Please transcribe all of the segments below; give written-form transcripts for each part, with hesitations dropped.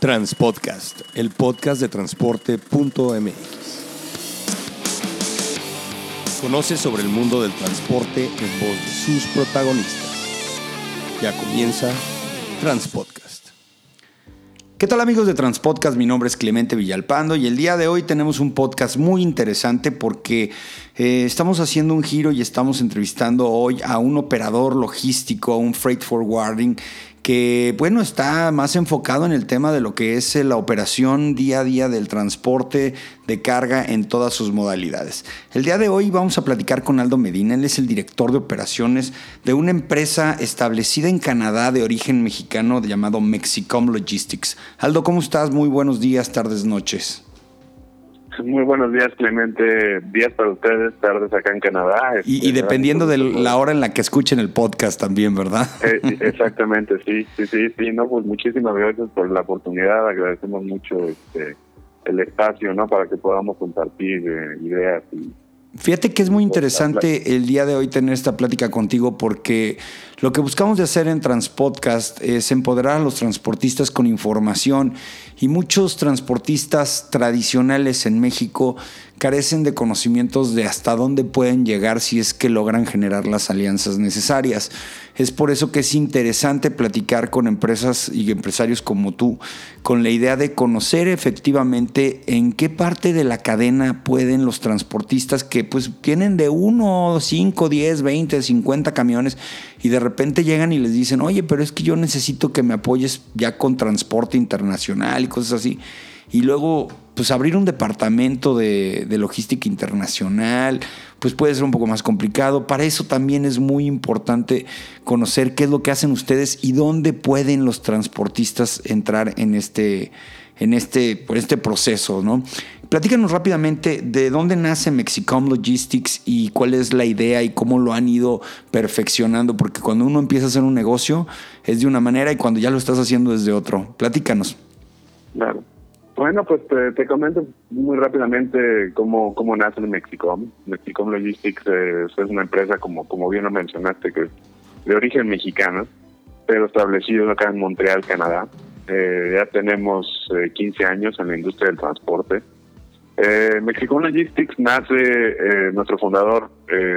Transpodcast, el podcast de transporte.mx. Conoce sobre el mundo del transporte en voz de sus protagonistas. Ya comienza Transpodcast. ¿Qué tal, amigos de Transpodcast? Mi nombre es Clemente Villalpando y el día de hoy tenemos un podcast muy interesante porque estamos haciendo un giro y estamos entrevistando hoy a un operador logístico, a un freight forwarding que, bueno, está más enfocado en el tema de lo que es la operación día a día del transporte de carga en todas sus modalidades. El día de hoy vamos a platicar con Aldo Medina. Él es el director de operaciones de una empresa establecida en Canadá de origen mexicano llamado Mexicom Logistics. Aldo, ¿cómo estás? Muy buenos días, tardes, noches. Muy buenos días, Clemente. Días para ustedes, tardes acá en Canadá. Y dependiendo de la hora en la que escuchen el podcast también, ¿verdad? Exactamente, sí. No, pues muchísimas gracias por la oportunidad. Agradecemos mucho el espacio, ¿no? Para que podamos compartir ideas y... Fíjate que es muy interesante el día de hoy tener esta plática contigo porque lo que buscamos de hacer en Transpodcast es empoderar a los transportistas con información y muchos transportistas tradicionales en México carecen de conocimientos de hasta dónde pueden llegar si es que logran generar las alianzas necesarias. Es por eso que es interesante platicar con empresas y empresarios como tú, con la idea de conocer efectivamente en qué parte de la cadena pueden los transportistas que pues tienen de 1, 5, 10, 20, 50 camiones y de repente llegan y les dicen, oye, pero es que yo necesito que me apoyes ya con transporte internacional y cosas así. Y luego, pues abrir un departamento de logística internacional, pues puede ser un poco más complicado. Para eso también es muy importante conocer qué es lo que hacen ustedes y dónde pueden los transportistas entrar en este proceso, ¿no? Platícanos rápidamente de dónde nace Mexicom Logistics y cuál es la idea y cómo lo han ido perfeccionando, porque cuando uno empieza a hacer un negocio es de una manera y cuando ya lo estás haciendo es de otro. Platícanos. Claro. Bueno, pues te comento muy rápidamente cómo nace Mexicom. Mexicom Logistics es una empresa, como bien lo mencionaste, que es de origen mexicano, pero establecido acá en Montreal, Canadá. Ya tenemos 15 años en la industria del transporte. Mexicom Logistics nace, nuestro fundador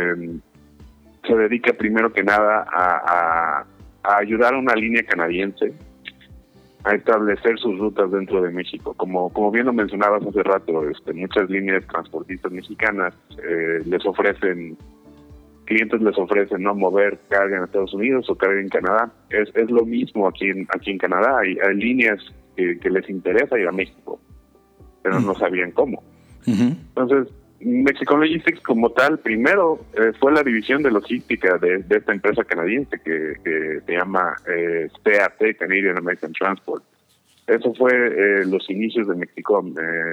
se dedica primero que nada a ayudar a una línea canadiense a establecer sus rutas dentro de México. Como bien lo mencionabas hace rato, muchas líneas transportistas mexicanas clientes les ofrecen no mover carga en Estados Unidos o carga en Canadá. Es lo mismo aquí en Canadá. Hay líneas que les interesa ir a México, pero no sabían cómo. Uh-huh. Entonces, Mexicom Logistics como tal, primero fue la división de logística de esta empresa canadiense que se llama CAT, Canadian American Transport. Eso fue los inicios de Mexicom.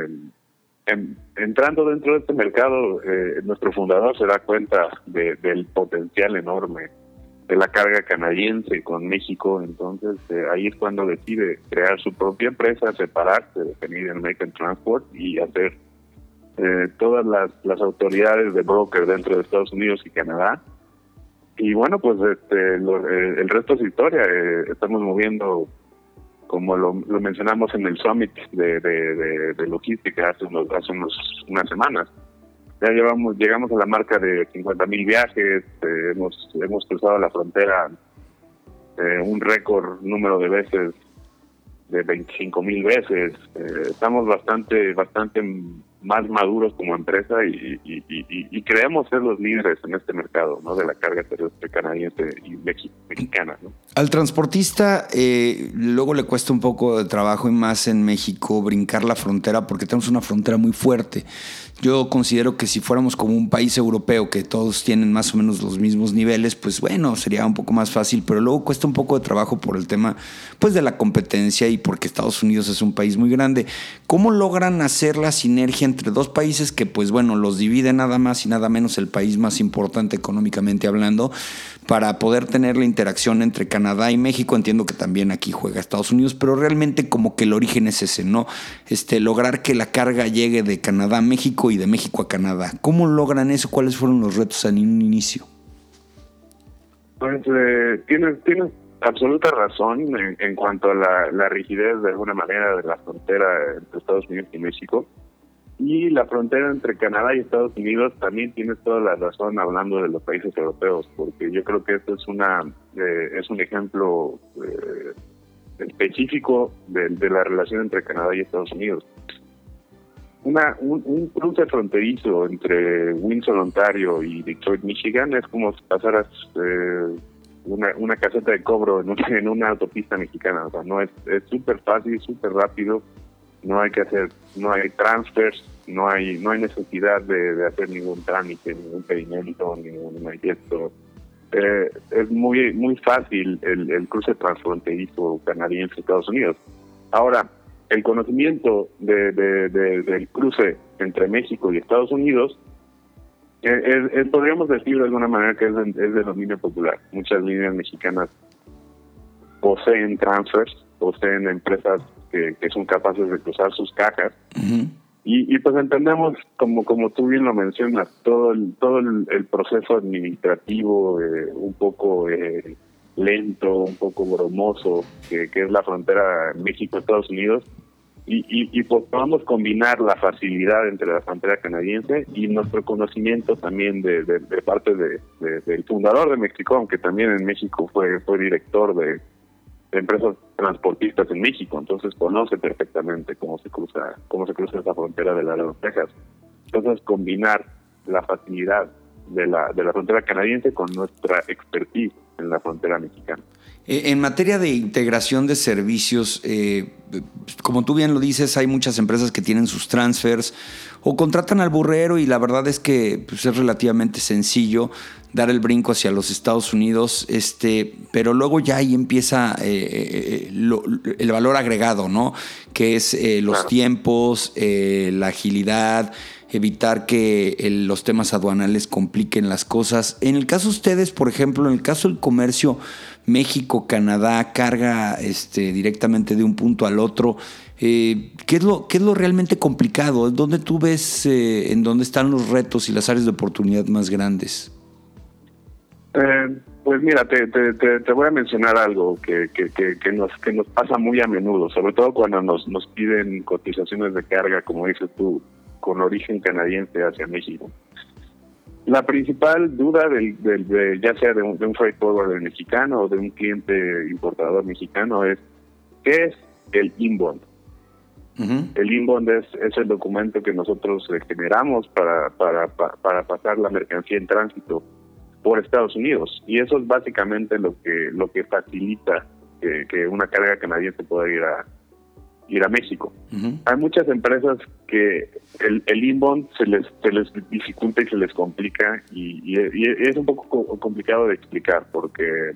Entrando dentro de este mercado, nuestro fundador se da cuenta del potencial enorme de la carga canadiense con México. Entonces ahí es cuando decide crear su propia empresa, separarse de Canadian American Transport y hacer todas las autoridades de broker dentro de Estados Unidos y Canadá. Y bueno, pues el resto es historia. Estamos moviendo, como lo mencionamos en el Summit de logística hace unas semanas. Ya llegamos a la marca de 50,000 viajes, hemos cruzado la frontera un récord número de veces de 25,000 veces. Estamos bastante más maduros como empresa y creemos ser los líderes en este mercado, ¿no? De la carga terrestre canadiense y mexicana, ¿no? Al transportista luego le cuesta un poco de trabajo y más en México brincar la frontera porque tenemos una frontera muy fuerte. Yo considero que si fuéramos como un país europeo que todos tienen más o menos los mismos niveles, pues bueno, sería un poco más fácil, pero luego cuesta un poco de trabajo por el tema pues de la competencia y porque Estados Unidos es un país muy grande. ¿Cómo logran hacer la sinergia entre dos países que pues bueno, los divide nada más y nada menos el país más importante económicamente hablando, para poder tener la interacción entre Canadá y México? Entiendo que también aquí juega Estados Unidos, pero realmente como que el origen es ese, ¿no? Lograr que la carga llegue de Canadá a México y de México a Canadá. ¿Cómo logran eso? ¿Cuáles fueron los retos en un inicio? Pues tienes absoluta razón en cuanto a la rigidez de alguna manera de la frontera entre Estados Unidos y México. Y la frontera entre Canadá y Estados Unidos también tienes toda la razón hablando de los países europeos, porque yo creo que esto es un ejemplo específico de la relación entre Canadá y Estados Unidos. Un cruce fronterizo entre Windsor, Ontario y Detroit, Michigan es como si pasaras una caseta de cobro en una autopista mexicana. O sea, no es súper fácil, súper rápido. No hay transfers, no hay necesidad de hacer ningún trámite, ningún pedimento, ningún manifiesto. Es muy fácil el cruce transfronterizo canadiense-Estados Unidos. Ahora, el conocimiento del cruce entre México y Estados Unidos podríamos decir de alguna manera que es de dominio popular. Muchas líneas mexicanas poseen transfers, poseen empresas que son capaces de cruzar sus cajas. Uh-huh. Y pues entendemos, como tú bien lo mencionas, todo el proceso administrativo un poco lento, un poco bromoso, que es la frontera México-Estados Unidos, y pues podamos combinar la facilidad entre la frontera canadiense y nuestro conocimiento también de parte del fundador de Mexicom, que también en México fue director de empresas transportistas en México, entonces conoce perfectamente cómo se cruza esa frontera de Laredo, Texas. Entonces combinar la facilidad de la frontera canadiense con nuestra expertise en la frontera mexicana. En materia de integración de servicios, como tú bien lo dices, hay muchas empresas que tienen sus transfers o contratan al burrero y la verdad es que pues, es relativamente sencillo dar el brinco hacia los Estados Unidos, pero luego ya ahí empieza el valor agregado, ¿no? Que es los tiempos, la agilidad, evitar que los temas aduanales compliquen las cosas. En el caso de ustedes, por ejemplo, en el caso del comercio México-Canadá, carga directamente de un punto al otro, ¿qué es lo realmente complicado? ¿Dónde tú ves en dónde están los retos y las áreas de oportunidad más grandes? Pues mira, te voy a mencionar algo que nos pasa muy a menudo, sobre todo cuando nos piden cotizaciones de carga, como dices tú, con origen canadiense hacia México. La principal duda ya sea de un freight forwarder mexicano o de un cliente importador mexicano es ¿qué es el inbound? Uh-huh. El inbound es el documento que nosotros generamos para pasar la mercancía en tránsito por Estados Unidos, y eso es básicamente lo que facilita que una carga canadiense pueda ir a México. Uh-huh. Hay muchas empresas que el inbound se les dificulta y se les complica y es un poco complicado de explicar porque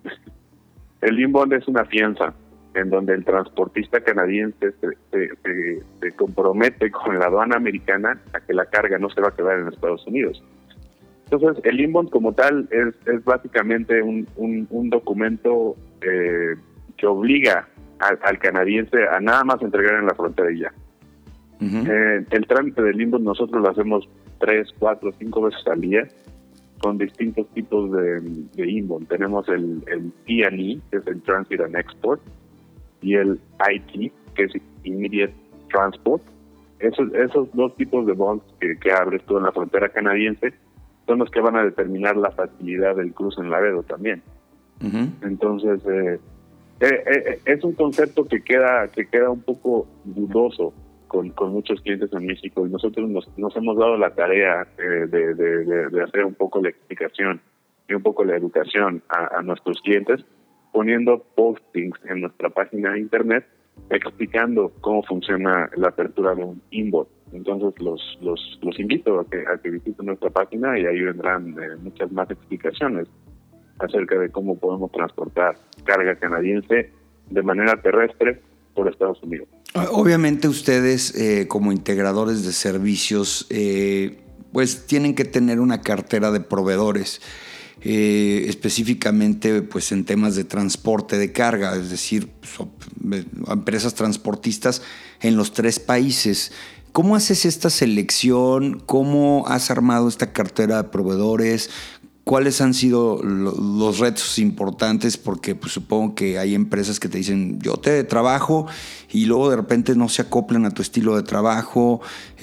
el inbound es una fianza en donde el transportista canadiense se compromete con la aduana americana a que la carga no se va a quedar en Estados Unidos. Entonces, el inbound como tal es básicamente un documento que obliga al canadiense a nada más entregar en la frontera y ya. Uh-huh. El trámite del inbound nosotros lo hacemos 3, 4, 5 veces al día con distintos tipos de inbound. Tenemos el T&E, que es el Transit and Export, y el IT, que es Immediate Transport. Esos dos tipos de bonds que abres tú en la frontera canadiense son los que van a determinar la facilidad del cruce en Laredo también. Uh-huh. Entonces, es un concepto que queda un poco dudoso con muchos clientes en México, y nosotros nos hemos dado la tarea de hacer un poco la explicación y un poco la educación a nuestros clientes, poniendo postings en nuestra página de internet explicando cómo funciona la apertura de un inbound. Entonces los invito a que visiten nuestra página y ahí vendrán muchas más explicaciones acerca de cómo podemos transportar carga canadiense de manera terrestre por Estados Unidos. Obviamente ustedes como integradores de servicios pues tienen que tener una cartera de proveedores específicamente pues en temas de transporte de carga, es decir, empresas transportistas en los 3 países. ¿Cómo haces esta selección? ¿Cómo has armado esta cartera de proveedores? ¿cuáles han sido los retos importantes? Porque pues, supongo que hay empresas que te dicen, yo te trabajo, y luego de repente no se acoplan a tu estilo de trabajo,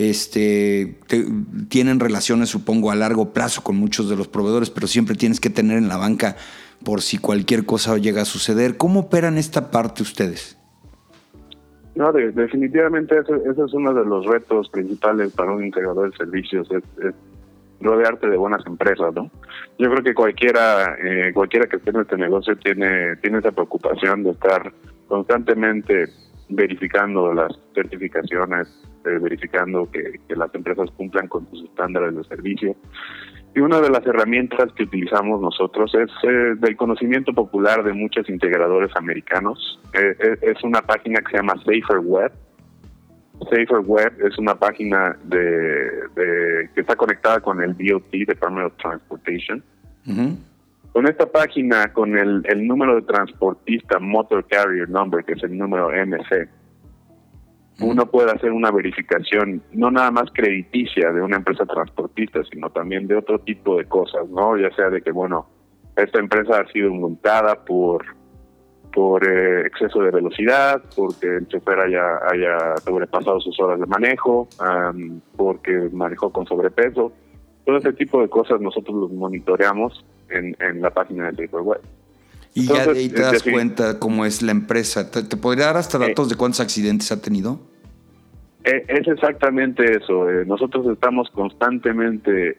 tienen relaciones, supongo, a largo plazo con muchos de los proveedores, pero siempre tienes que tener en la banca por si cualquier cosa llega a suceder. ¿Cómo operan esta parte ustedes? No, definitivamente ese es uno de los retos principales para un integrador de servicios, es rodearte de buenas empresas, ¿no? Yo creo que cualquiera que esté en este negocio tiene esa preocupación de estar constantemente verificando las certificaciones, verificando que las empresas cumplan con sus estándares de servicio. Y una de las herramientas que utilizamos nosotros es del conocimiento popular de muchos integradores americanos. Es una página que se llama SaferWeb. SaferWeb es una página que está conectada con el DOT, Department of Transportation. Uh-huh. Con esta página, con el número de transportista Motor Carrier Number, que es el número MC, uno puede hacer una verificación no nada más crediticia de una empresa transportista, sino también de otro tipo de cosas, ¿no? Ya sea de que, bueno, esta empresa ha sido multada por exceso de velocidad, porque el chofer haya sobrepasado sus horas de manejo, porque manejó con sobrepeso. Todo ese tipo de cosas nosotros los monitoreamos en la página de SaferWeb. Y entonces, ya de ahí te das cuenta cómo es la empresa. ¿Te podría dar hasta datos de cuántos accidentes ha tenido? Es exactamente eso. Nosotros estamos constantemente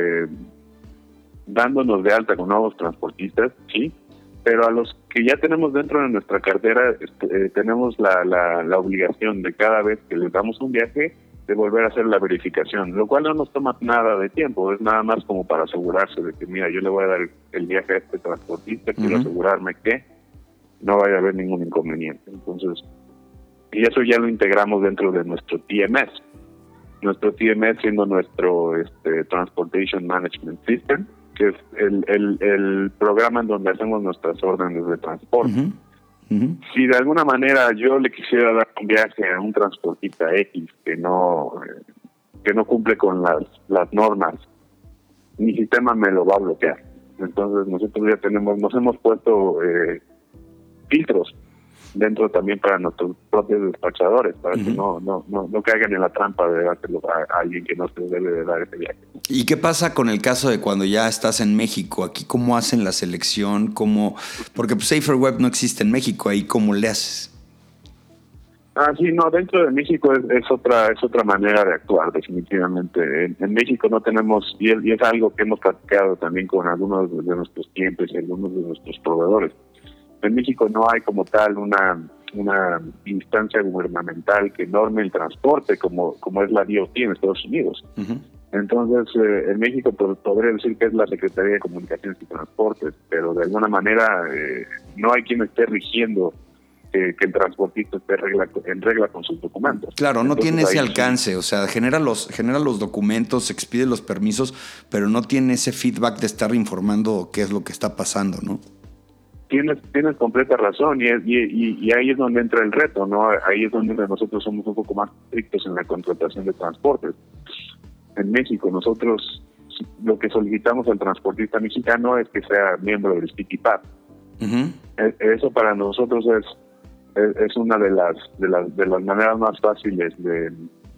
dándonos de alta con nuevos transportistas, sí, pero a los que ya tenemos dentro de nuestra cartera tenemos la obligación de cada vez que les damos un viaje de volver a hacer la verificación, lo cual no nos toma nada de tiempo, es nada más como para asegurarse de que, mira, yo le voy a dar el viaje a este transportista, quiero asegurarme que no vaya a haber ningún inconveniente. Entonces, y eso ya lo integramos dentro de nuestro TMS. Nuestro TMS siendo nuestro Transportation Management System, que es el programa en donde hacemos nuestras órdenes de transporte. Uh-huh. Uh-huh. Si de alguna manera yo le quisiera dar un viaje a un transportista X que no cumple con las normas, mi sistema me lo va a bloquear. Entonces nosotros ya nos hemos puesto filtros dentro también para nuestros propios despachadores, para que no caigan en la trampa de dárselo a alguien que no se debe de dar ese viaje. ¿Y qué pasa con el caso de cuando ya estás en México? Aquí, ¿cómo hacen la selección? Porque pues, SaferWeb no existe en México, ahí ¿cómo le haces? Sí, no, dentro de México es otra manera de actuar, definitivamente. En México no tenemos, y es algo que hemos platicado también con algunos de nuestros clientes y algunos de nuestros proveedores. En México no hay como tal una instancia gubernamental que norme el transporte como es la DOT en Estados Unidos. Uh-huh. Entonces, en México podría decir que es la Secretaría de Comunicaciones y Transportes, pero de alguna manera no hay quien esté rigiendo que el transportista esté en regla con sus documentos. Claro, no entonces, tiene ese alcance, o sea, genera los documentos, expide los permisos, pero no tiene ese feedback de estar informando qué es lo que está pasando, ¿no? Tienes completa razón y ahí es donde entra el reto, ¿no? Ahí es donde nosotros somos un poco más estrictos en la contratación de transportes. En México nosotros lo que solicitamos al transportista mexicano es que sea miembro del CityPath. Uh-huh. Eso para nosotros es una de las maneras más fáciles de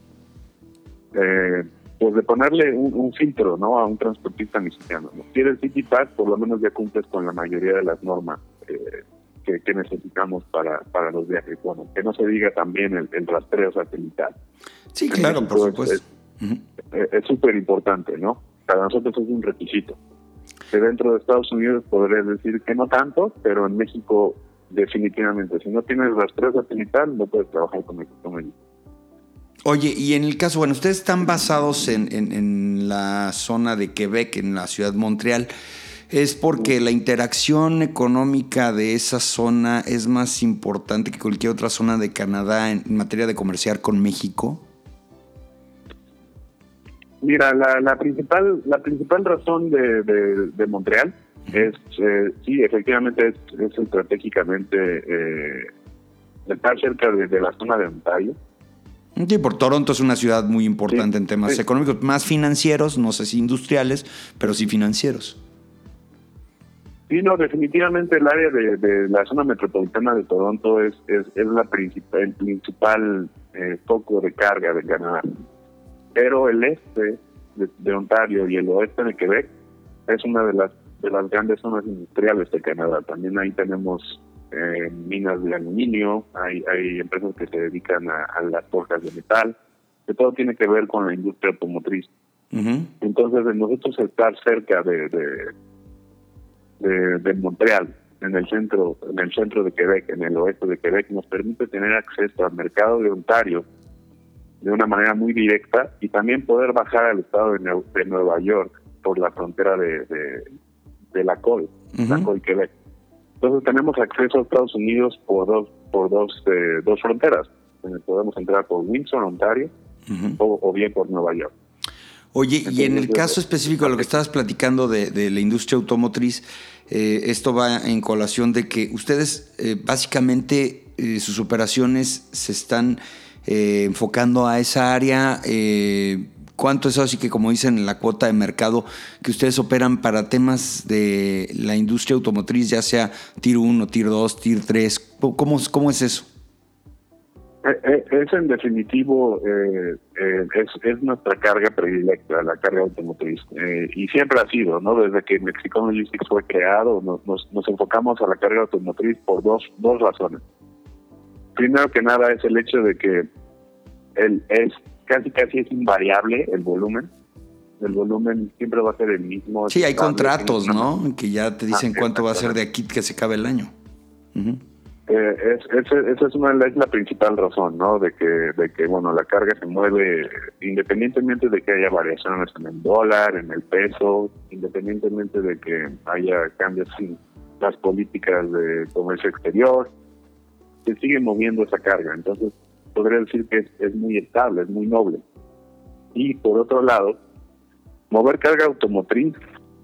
ponerle un filtro, ¿no?, a un transportista mexicano, ¿no? Si eres CityPath, por lo menos ya cumples con la mayoría de las normas que necesitamos para los viajes. Bueno, que no se diga también el rastreo satelital. Sí, claro, México, por supuesto. Es súper importante, ¿no? Para nosotros es un requisito. Que dentro de Estados Unidos podría decir que no tanto, pero en México definitivamente. Si no tienes rastreo satelital, no puedes trabajar con ellos. Oye, y en el caso, bueno, ustedes están basados en la zona de Quebec, en la ciudad de Montreal. ¿Es porque la interacción económica de esa zona es más importante que cualquier otra zona de Canadá en materia de comerciar con México? Mira, la principal razón de Montreal es, sí, efectivamente es estratégicamente estar cerca de la zona de Ontario. Sí, por Toronto es una ciudad muy importante en temas económicos, más financieros, no sé si industriales, pero sí financieros. Sí, no, definitivamente el área de la zona metropolitana de Toronto es el principal foco de carga de Canadá. Pero el este de Ontario y el oeste de Quebec es una de las grandes zonas industriales de Canadá. También ahí tenemos minas de aluminio, hay empresas que se dedican a las forjas de metal, que todo tiene que ver con la industria automotriz. Uh-huh. Entonces, de nosotros estar cerca de Montreal, en el centro de Quebec, en el oeste de Quebec, nos permite tener acceso al mercado de Ontario de una manera muy directa y también poder bajar al estado de Nueva York por la frontera de la COL, uh-huh. La COL Quebec. Entonces tenemos acceso a Estados Unidos por dos fronteras. Podemos entrar por Windsor, Ontario, uh-huh. o bien por Nueva York. Oye, entonces, y en el caso específico de lo que estabas platicando de la industria automotriz, esto va en colación de que ustedes básicamente sus operaciones se están enfocando a esa área. ¿Cuánto es así que, como dicen, la cuota de mercado que ustedes operan para temas de la industria automotriz, ya sea Tier 1, Tier 2, Tier 3? ¿Cómo es eso? Es en definitivo, es nuestra carga predilecta, la carga automotriz. Y siempre ha sido, ¿no? Desde que Mexicon Logistics fue creado, nos enfocamos a la carga automotriz por dos razones. Primero que nada es el hecho de que casi es invariable el volumen. El volumen siempre va a ser el mismo. Sí, hay contratos, ¿no? Que ya te dicen cuánto va a ser de aquí que se acabe el año. Uh-huh. Esa es la principal razón, ¿no? De que bueno, la carga se mueve independientemente de que haya variaciones en el dólar, en el peso, independientemente de que haya cambios en las políticas de comercio exterior, se sigue moviendo esa carga. Entonces, podría decir que es muy estable, es muy noble. Y por otro lado, mover carga automotriz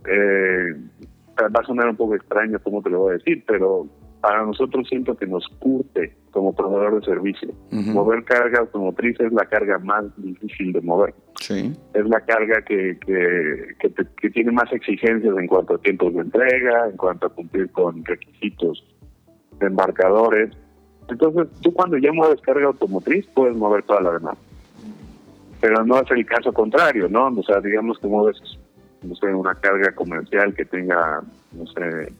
va a sonar un poco extraño, como te lo voy a decir, pero para nosotros siento que nos curte como proveedor de servicio. Uh-huh. Mover carga automotriz es la carga más difícil de mover. Sí. Es la carga que tiene más exigencias en cuanto a tiempos de entrega, en cuanto a cumplir con requisitos de embarcadores. Entonces, tú cuando ya mueves carga automotriz, puedes mover toda la demás. Pero no es el caso contrario, ¿no? O sea, digamos que mueves, no sé, una carga comercial que tenga, no sé,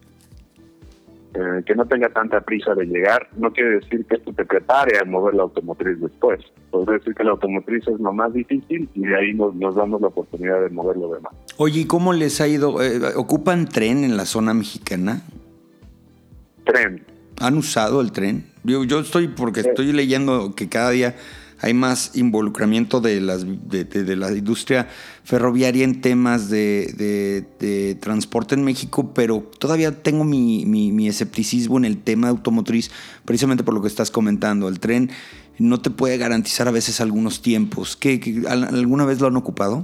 que no tenga tanta prisa de llegar, no quiere decir que esto te prepare a mover la automotriz después. Podría decir que la automotriz es lo más difícil y de ahí nos damos la oportunidad de mover lo demás. Oye, ¿y cómo les ha ido? ¿Ocupan tren en la zona mexicana? Tren. ¿Han usado el tren? Yo estoy leyendo que cada día hay más involucramiento de la industria ferroviaria en temas de transporte en México, pero todavía tengo mi escepticismo en el tema automotriz, precisamente por lo que estás comentando. El tren no te puede garantizar a veces algunos tiempos. ¿Alguna vez lo han ocupado?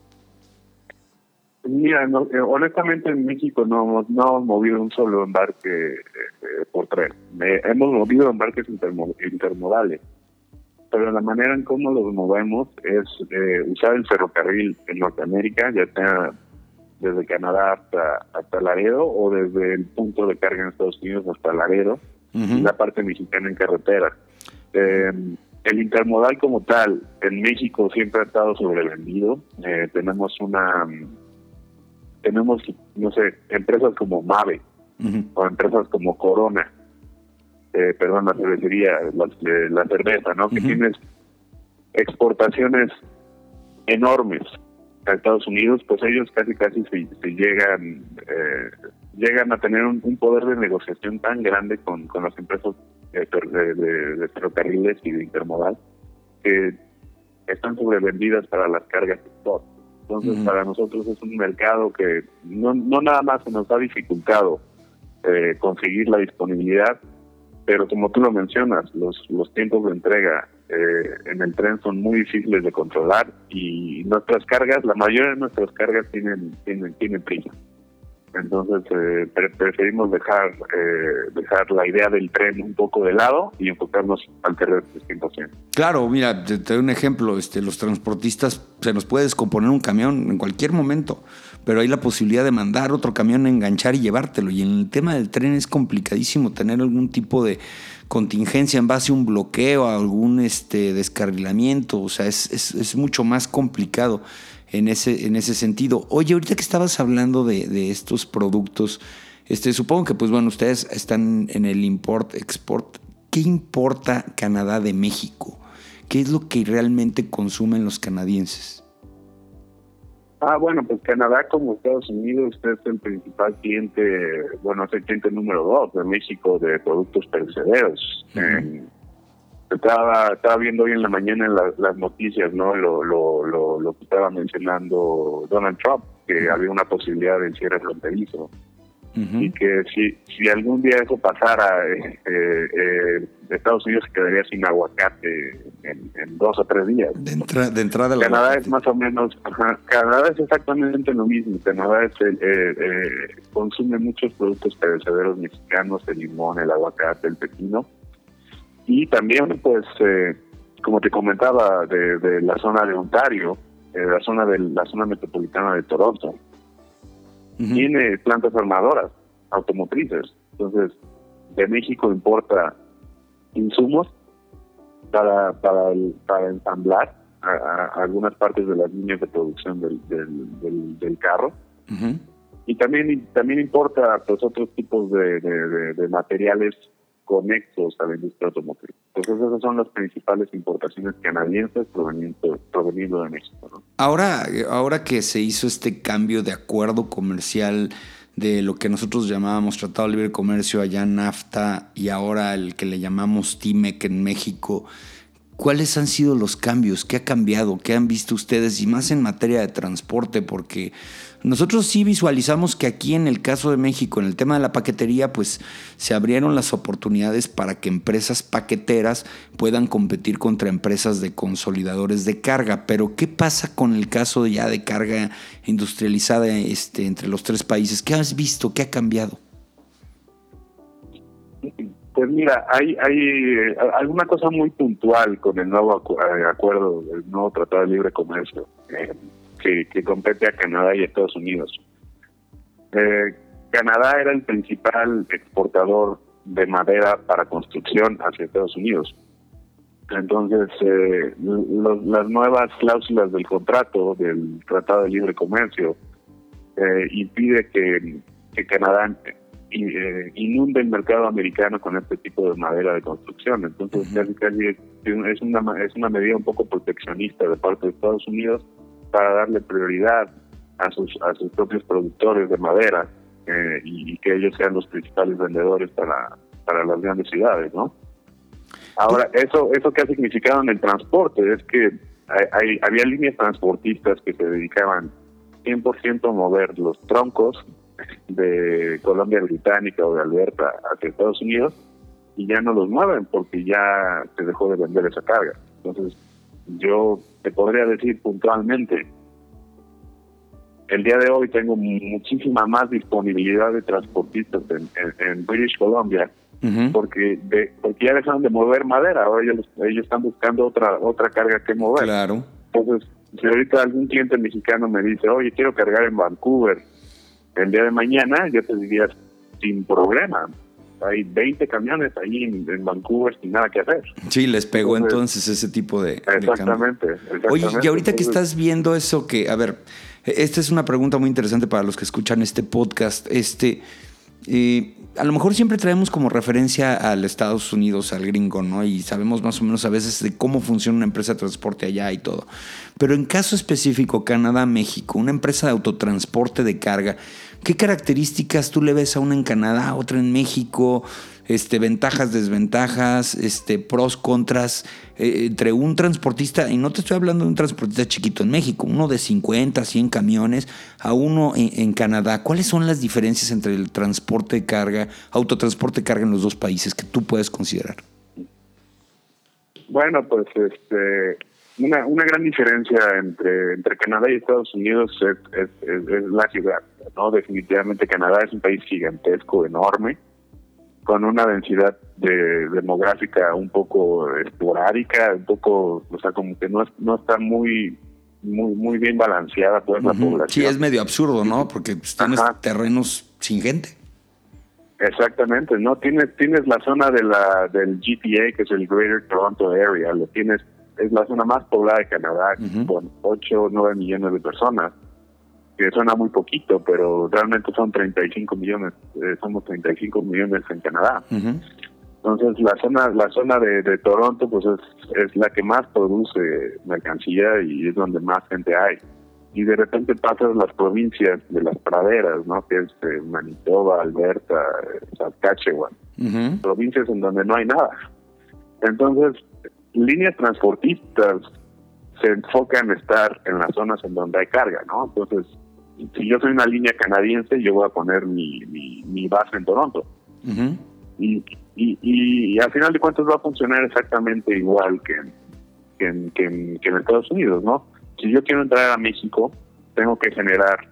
Mira, honestamente en México no hemos movido un solo embarque por tren. Hemos movido embarques intermodales, pero la manera en cómo los movemos es usar el ferrocarril en Norteamérica, ya sea desde Canadá hasta Laredo o desde el punto de carga en Estados Unidos hasta Laredo, uh-huh. Y la parte mexicana en carretera. El intermodal como tal en México siempre ha estado sobrevendido. Tenemos, no sé, empresas como Mave, uh-huh. o empresas como Corona, la cervecería, la cerveza, ¿no? Uh-huh. Que tienes exportaciones enormes a Estados Unidos, pues ellos casi se llegan a tener un poder de negociación tan grande con las empresas de ferrocarriles y de intermodal que están sobrevendidas para las cargas spot. Entonces, uh-huh. Para nosotros es un mercado que no nada más se nos ha dificultado conseguir la disponibilidad, pero como tú lo mencionas, los tiempos de entrega en el tren son muy difíciles de controlar y nuestras cargas, la mayoría de nuestras cargas tienen prisa. Entonces preferimos dejar la idea del tren un poco de lado y enfocarnos al terrestre 100%. Claro, mira, te doy un ejemplo. Los transportistas, se nos puede descomponer un camión en cualquier momento, pero hay la posibilidad de mandar otro camión, enganchar y llevártelo. Y en el tema del tren es complicadísimo tener algún tipo de contingencia en base a un bloqueo, a algún descarrilamiento. O sea, es mucho más complicado en ese sentido. Oye, ahorita que estabas hablando de estos productos, supongo que, pues bueno, ustedes están en el import-export. ¿Qué importa Canadá de México? ¿Qué es lo que realmente consumen los canadienses? Bueno, pues Canadá, como Estados Unidos, es el principal cliente, bueno, es el cliente número 2 de México de productos perecederos. Uh-huh. Estaba viendo hoy en la mañana en las noticias, ¿no? Lo que estaba mencionando Donald Trump, que había una posibilidad de cierre fronterizo. Uh-huh. Y que si algún día eso pasara, Estados Unidos se quedaría sin aguacate en 2 o 3 días. De entrada Canadá aguacate es más o menos, Canadá es exactamente lo mismo. Canadá consume muchos productos perecederos mexicanos, el limón, el aguacate, el pepino. Y también, pues, como te comentaba, de la zona de Ontario, la zona metropolitana de Toronto, uh-huh, tiene plantas armadoras automotrices. Entonces, de México importa insumos para ensamblar a algunas partes de las líneas de producción del carro. Uh-huh. Y también importa, pues, otros tipos de materiales conexos a la industria automotriz. Entonces esas son las principales importaciones canadienses proveniendo de México, ¿no? Ahora que se hizo este cambio de acuerdo comercial de lo que nosotros llamábamos Tratado de Libre Comercio allá en NAFTA y ahora el que le llamamos TIMEC en México, ¿cuáles han sido los cambios? ¿Qué ha cambiado? ¿Qué han visto ustedes? Y más en materia de transporte, porque nosotros sí visualizamos que aquí en el caso de México, en el tema de la paquetería, pues se abrieron las oportunidades para que empresas paqueteras puedan competir contra empresas de consolidadores de carga. Pero ¿qué pasa con el caso ya de carga industrializada entre los 3 países? ¿Qué has visto? ¿Qué ha cambiado? Pues mira, hay alguna cosa muy puntual con el nuevo acuerdo, el nuevo Tratado de Libre Comercio, que compete a Canadá y a Estados Unidos. Canadá era el principal exportador de madera para construcción hacia Estados Unidos. Entonces, las nuevas cláusulas del contrato, del Tratado de Libre Comercio, impide que Canadá inunde el mercado americano con este tipo de madera de construcción. Entonces, casi es una medida un poco proteccionista de parte de Estados Unidos para darle prioridad a sus propios productores de madera y que ellos sean los principales vendedores para las grandes ciudades, ¿no? Ahora, eso que ha significado en el transporte es que había líneas transportistas que se dedicaban 100% a mover los troncos de Colombia Británica o de Alberta hacia Estados Unidos y ya no los mueven porque ya se dejó de vender esa carga. Entonces, yo te podría decir puntualmente, el día de hoy tengo muchísima más disponibilidad de transportistas en British Columbia, uh-huh, porque ya dejaron de mover madera. Ahora ellos están buscando otra carga que mover. Claro. Entonces, si ahorita algún cliente mexicano me dice, oye, quiero cargar en Vancouver el día de mañana, yo te diría sin problema. Hay 20 camiones ahí en Vancouver sin nada que hacer. Sí, les pegó entonces ese tipo de exactamente. Oye, y ahorita que estás viendo eso que, a ver, esta es una pregunta muy interesante para los que escuchan este podcast. A lo mejor siempre traemos como referencia al Estados Unidos, al gringo, ¿no? Y sabemos más o menos a veces de cómo funciona una empresa de transporte allá y todo. Pero en caso específico, Canadá, México, una empresa de autotransporte de carga, ¿qué características tú le ves a una en Canadá, otra en México? Ventajas, desventajas, pros, contras, entre un transportista, y no te estoy hablando de un transportista chiquito en México, uno de 50, 100 camiones, a uno en Canadá. ¿Cuáles son las diferencias entre el transporte de carga, autotransporte de carga en los 2 países que tú puedes considerar? Bueno, pues una gran diferencia entre Canadá y Estados Unidos es la ciudad. ¿no? Definitivamente Canadá es un país gigantesco, enorme, con una densidad demográfica un poco esporádica, un poco, o sea, como que no está muy bien balanceada pues la población. Sí, es medio absurdo, ¿no? Porque pues, tienes terrenos sin gente. Exactamente, ¿no? Tienes la zona del GTA, que es el Greater Toronto Area, es la zona más poblada de Canadá, con 8 o 9 millones de personas, que suena muy poquito, pero realmente son 35 millones, somos 35 millones en Canadá. Entonces la zona de Toronto pues es la que más produce mercancía y es donde más gente hay. Y de repente pasas las provincias de las praderas, ¿no? Que es Manitoba, Alberta, Saskatchewan, provincias en donde no hay nada. Entonces, líneas transportistas se enfocan en estar en las zonas en donde hay carga, ¿no? Entonces, si yo soy una línea canadiense, yo voy a poner mi base en Toronto. Y al final de cuentas va a funcionar exactamente igual que en Estados Unidos, ¿no? Si yo quiero entrar a México, tengo que generar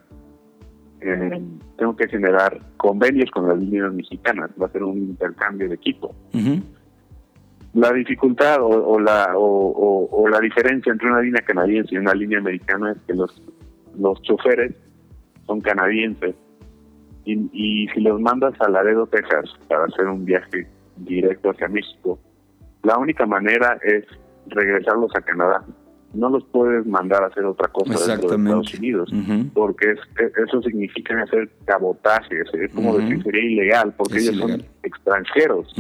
convenios con las líneas mexicanas. Va a ser un intercambio de equipo. La dificultad o la diferencia entre una línea canadiense y una línea americana es que los choferes son canadienses y si los mandas a Laredo, Texas, para hacer un viaje directo hacia México, la única manera es regresarlos a Canadá. No los puedes mandar a hacer otra cosa dentro de Estados Unidos, porque eso significa hacer cabotaje, es como decir, sería ilegal, porque ellos son extranjeros,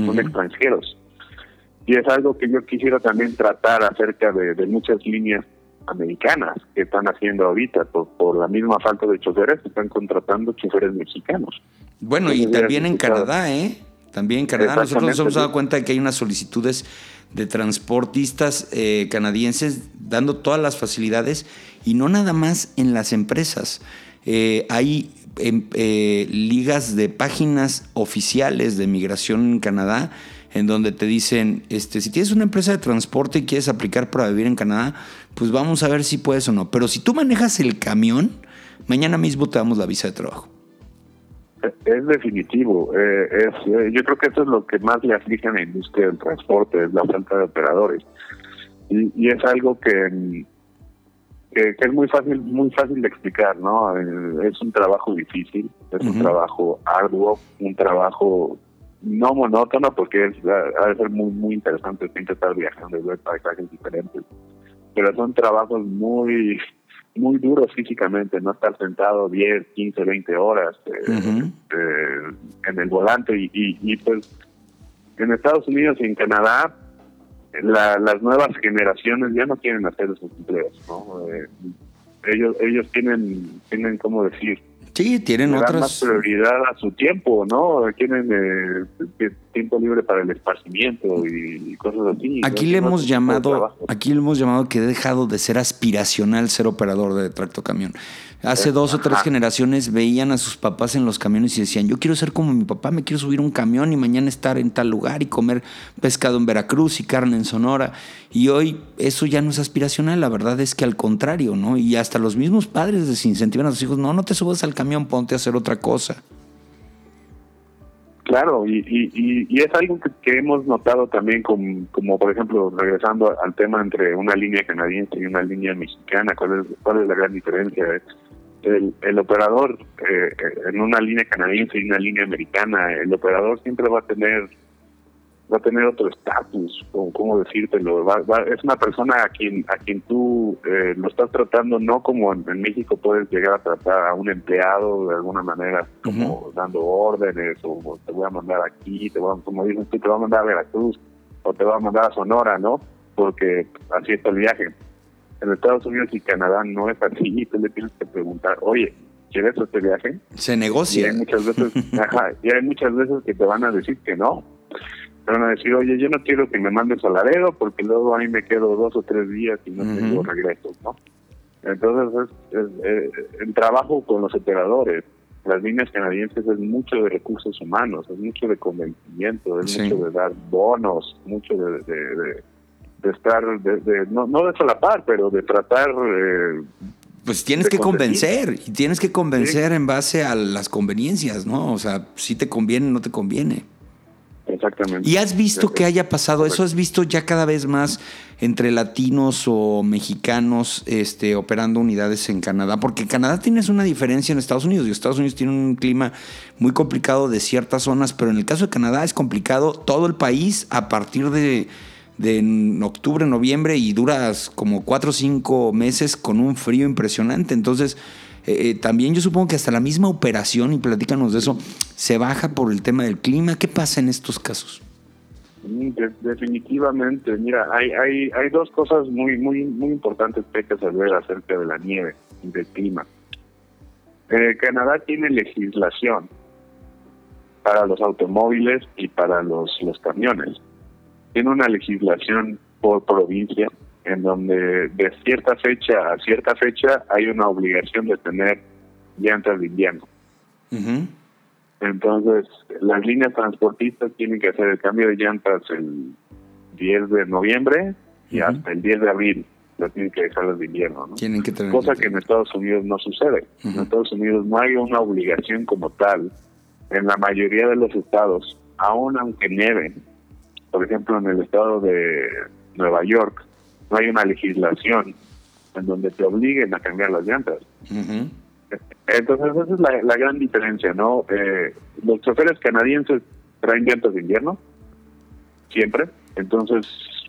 y es algo que yo quisiera también tratar acerca de muchas líneas americanas que están haciendo ahorita, por la misma falta de choferes, están contratando choferes mexicanos. Bueno, y también en Canadá, También en Canadá. Nosotros nos hemos dado cuenta de que hay unas solicitudes de transportistas canadienses dando todas las facilidades y no nada más en las empresas. Hay ligas de páginas oficiales de migración en Canadá en donde te dicen, si tienes una empresa de transporte y quieres aplicar para vivir en Canadá, pues vamos a ver si puedes o no. Pero si tú manejas el camión, mañana mismo te damos la visa de trabajo. Es definitivo. Yo creo que eso es lo que más le aflige a la industria del transporte, es la falta de operadores. Y es algo que es muy fácil de explicar, ¿no? Es un trabajo difícil, es un trabajo arduo, un trabajo no monótono, porque ha de ser muy interesante siempre estar viajando y ver paisajes diferentes, pero son trabajos muy duros físicamente, no estar sentado 10, 15, 20 horas en el volante y pues en Estados Unidos y en Canadá las nuevas generaciones ya no quieren hacer esos empleos, ¿no? Ellos tienen ¿cómo decir? Sí, tienen otras... más prioridad a su tiempo, ¿no? Tienen tiempo libre para el esparcimiento y cosas así. Aquí le hemos llamado que he dejado de ser aspiracional ser operador de tractocamión. Hace 2 o 3 generaciones veían a sus papás en los camiones y decían, yo quiero ser como mi papá, me quiero subir a un camión y mañana estar en tal lugar y comer pescado en Veracruz y carne en Sonora. Y hoy eso ya no es aspiracional, la verdad es que al contrario, ¿no? Y hasta los mismos padres desincentivan a sus hijos, no te subas al camión, ponte a hacer otra cosa. Claro, y es algo que hemos notado también como por ejemplo, regresando al tema entre una línea canadiense y una línea mexicana, ¿cuál es la gran diferencia? El operador en una línea canadiense y una línea americana, el operador siempre va a tener otro estatus, ¿cómo decírtelo? Es una persona a quien tú lo estás tratando, no como en México puedes llegar a tratar a un empleado de alguna manera, como dando órdenes, o te voy a mandar aquí, como dicen tú, te voy a mandar a Veracruz, o te voy a mandar a Sonora, ¿no? Porque así está el viaje. En Estados Unidos y Canadá no es así, y tú le tienes que preguntar, oye, ¿quieres este viaje? Se negocia. Y hay muchas veces que te van a decir que no. Te van a decir, oye, yo no quiero que me mandes a Laredo porque luego ahí me quedo 2 o 3 días y no tengo regresos, ¿no? Entonces, el trabajo con los operadores, las líneas canadienses, es mucho de recursos humanos, es mucho de convencimiento, es mucho de dar bonos, mucho de estar, no de solapar, pero de tratar Pues tienes que convencer, y tienes que convencer en base a las conveniencias, ¿no? O sea, si te conviene, no te conviene. Exactamente. ¿Y has visto que haya pasado eso? ¿Has visto ya cada vez más entre latinos o mexicanos operando unidades en Canadá? Porque en Canadá tienes una diferencia en Estados Unidos, y Estados Unidos tiene un clima muy complicado de ciertas zonas, pero en el caso de Canadá es complicado todo el país a partir de octubre, noviembre, y duras como 4 o 5 meses con un frío impresionante. Entonces, también yo supongo que hasta la misma operación, y platícanos de eso, se baja por el tema del clima. ¿Qué pasa en estos casos? Definitivamente, mira, hay dos cosas muy importantes que hay que saber acerca de la nieve y del clima. Canadá tiene legislación para los automóviles y para los camiones. Tiene una legislación por provincia en donde de cierta fecha a cierta fecha hay una obligación de tener llantas de invierno. Uh-huh. Entonces, las líneas transportistas tienen que hacer el cambio de llantas el 10 de noviembre y hasta el 10 de abril lo tienen que dejar las de invierno, ¿no? Tienen que tener cosa que en Estados Unidos no sucede. Uh-huh. En Estados Unidos no hay una obligación como tal. En la mayoría de los estados, aún aunque nieve, por ejemplo, en el estado de Nueva York, no hay una legislación en donde te obliguen a cambiar las llantas. Uh-huh. Entonces, esa es la gran diferencia, ¿no? Los choferes canadienses traen llantas de invierno, siempre. Entonces,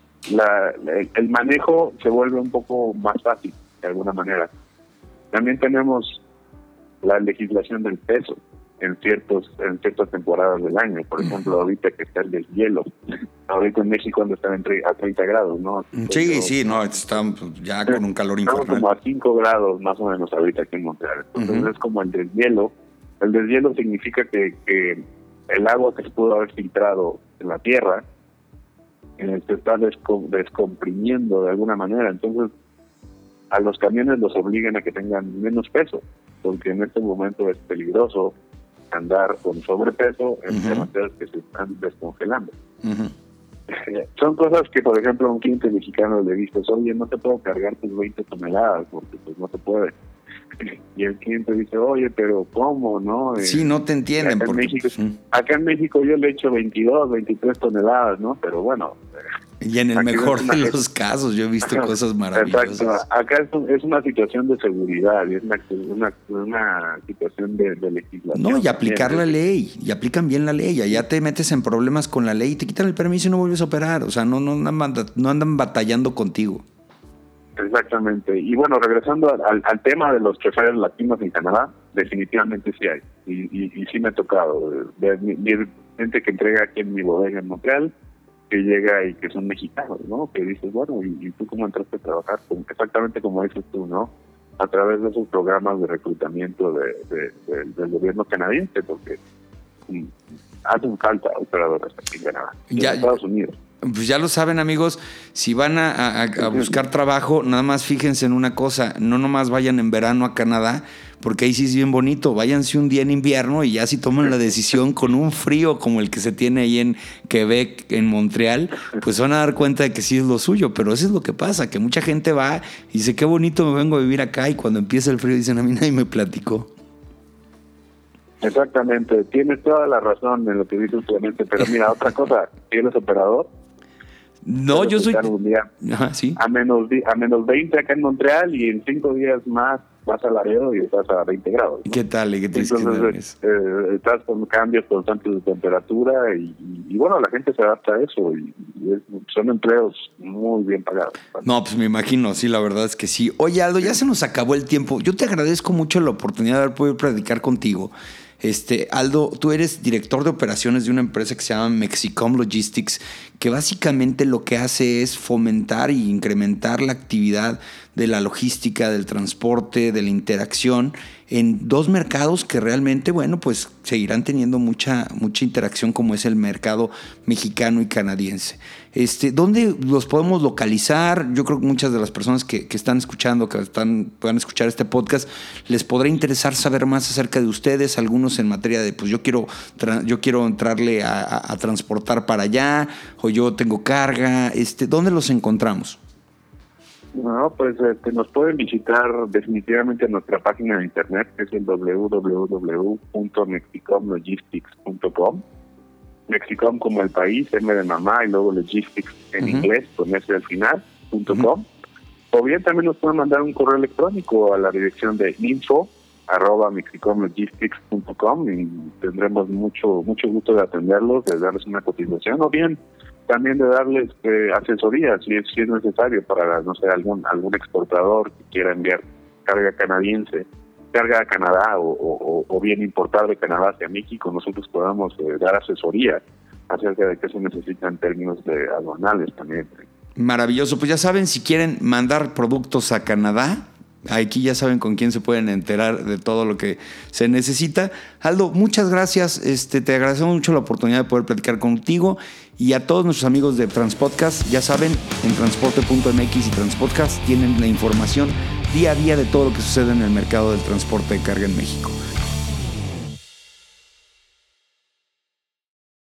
el manejo se vuelve un poco más fácil, de alguna manera. También tenemos la legislación del peso en ciertas temporadas del año. Por ejemplo, ahorita que está el deshielo. Ahorita en México ando están a 30 grados, ¿no? Sí, no, están ya con un calor infernal. Estamos como a 5 grados más o menos ahorita aquí en Montreal. Entonces es como el deshielo. El deshielo significa que el agua que se pudo haber filtrado en la tierra se está descomprimiendo de alguna manera. Entonces a los camiones los obligan a que tengan menos peso, porque en este momento es peligroso andar con sobrepeso en carreteras que se están descongelando. Son cosas que, por ejemplo, a un cliente mexicano le dices, oye, no te puedo cargar tus 20 toneladas, porque pues no se puede. Y el cliente dice, oye, pero ¿cómo, no? Sí, no te entienden. Acá en México yo le he hecho 22, 23 toneladas, ¿no? Pero bueno... Y en el mejor de los casos yo he visto cosas maravillosas. Exacto. Acá es una situación de seguridad y es una situación de legislación. No, y aplicar la ley, y aplican bien la ley. Allá te metes en problemas con la ley y te quitan el permiso y no vuelves a operar. O sea, no andan batallando contigo. Exactamente. Y bueno, regresando al tema de los choferes latinos en Canadá, definitivamente sí hay. Y sí me ha tocado ver gente que entrega aquí en mi bodega en Montreal, que llega y que son mexicanos, ¿no? Que dices, bueno, ¿y tú cómo entraste a trabajar? Exactamente como dices tú, ¿no? A través de esos programas de reclutamiento del gobierno canadiense, porque hacen falta operadores aquí en Canadá, en Estados Unidos. Pues ya lo saben, amigos, si van a buscar trabajo, nada más fíjense en una cosa, no nomás vayan en verano a Canadá, porque ahí sí es bien bonito, váyanse un día en invierno y ya si toman la decisión con un frío como el que se tiene ahí en Quebec, en Montreal, pues van a dar cuenta de que sí es lo suyo, pero eso es lo que pasa, que mucha gente va y dice, qué bonito me vengo a vivir acá, y cuando empieza el frío dicen, a mí nadie me platicó. Exactamente, tienes toda la razón en lo que dices, obviamente, pero mira, otra cosa, ¿eres operador? No, yo soy... Un día ¿sí? a menos 20 acá en Montreal, y en 5 días más vas a Laredo y estás a 20 grados, ¿no? ¿Qué tal? Entonces estás con cambios constantes de temperatura y bueno, la gente se adapta a eso y son empleos muy bien pagados. No, pues me imagino, sí, la verdad es que sí. Oye, Aldo, ya se nos acabó el tiempo. Yo te agradezco mucho la oportunidad de haber podido platicar contigo. Aldo, tú eres director de operaciones de una empresa que se llama Mexicom Logistics, que básicamente lo que hace es fomentar e incrementar la actividad de la logística, del transporte, de la interacción en dos mercados que realmente, bueno, pues seguirán teniendo mucha interacción, como es el mercado mexicano y canadiense. ¿Dónde los podemos localizar? Yo creo que muchas de las personas que están escuchando, puedan escuchar este podcast, les podrá interesar saber más acerca de ustedes, algunos en materia de, pues yo quiero entrarle a transportar para allá, o yo tengo carga. ¿Dónde los encontramos? No, pues nos pueden visitar definitivamente en nuestra página de internet, que es el www.mexicomlogistics.com. Mexicom como el país, M de mamá, y luego logistics en inglés, con S al final, .com. O bien también nos pueden mandar un correo electrónico a la dirección de info@mexicomlogistics.com y tendremos mucho gusto de atenderlos, de darles una cotización, o bien también de darles asesoría si es necesario para, no sé, algún exportador que quiera enviar carga canadiense, carga a Canadá o bien importar de Canadá hacia México. Nosotros podamos dar asesoría acerca de qué se necesita en términos aduanales también. Maravilloso. Pues ya saben, si quieren mandar productos a Canadá, aquí ya saben con quién se pueden enterar de todo lo que se necesita. Aldo, muchas gracias. Te agradecemos mucho la oportunidad de poder platicar contigo, y a todos nuestros amigos de Transpodcast. Ya saben, en transporte.mx y Transpodcast tienen la información día a día de todo lo que sucede en el mercado del transporte de carga en México.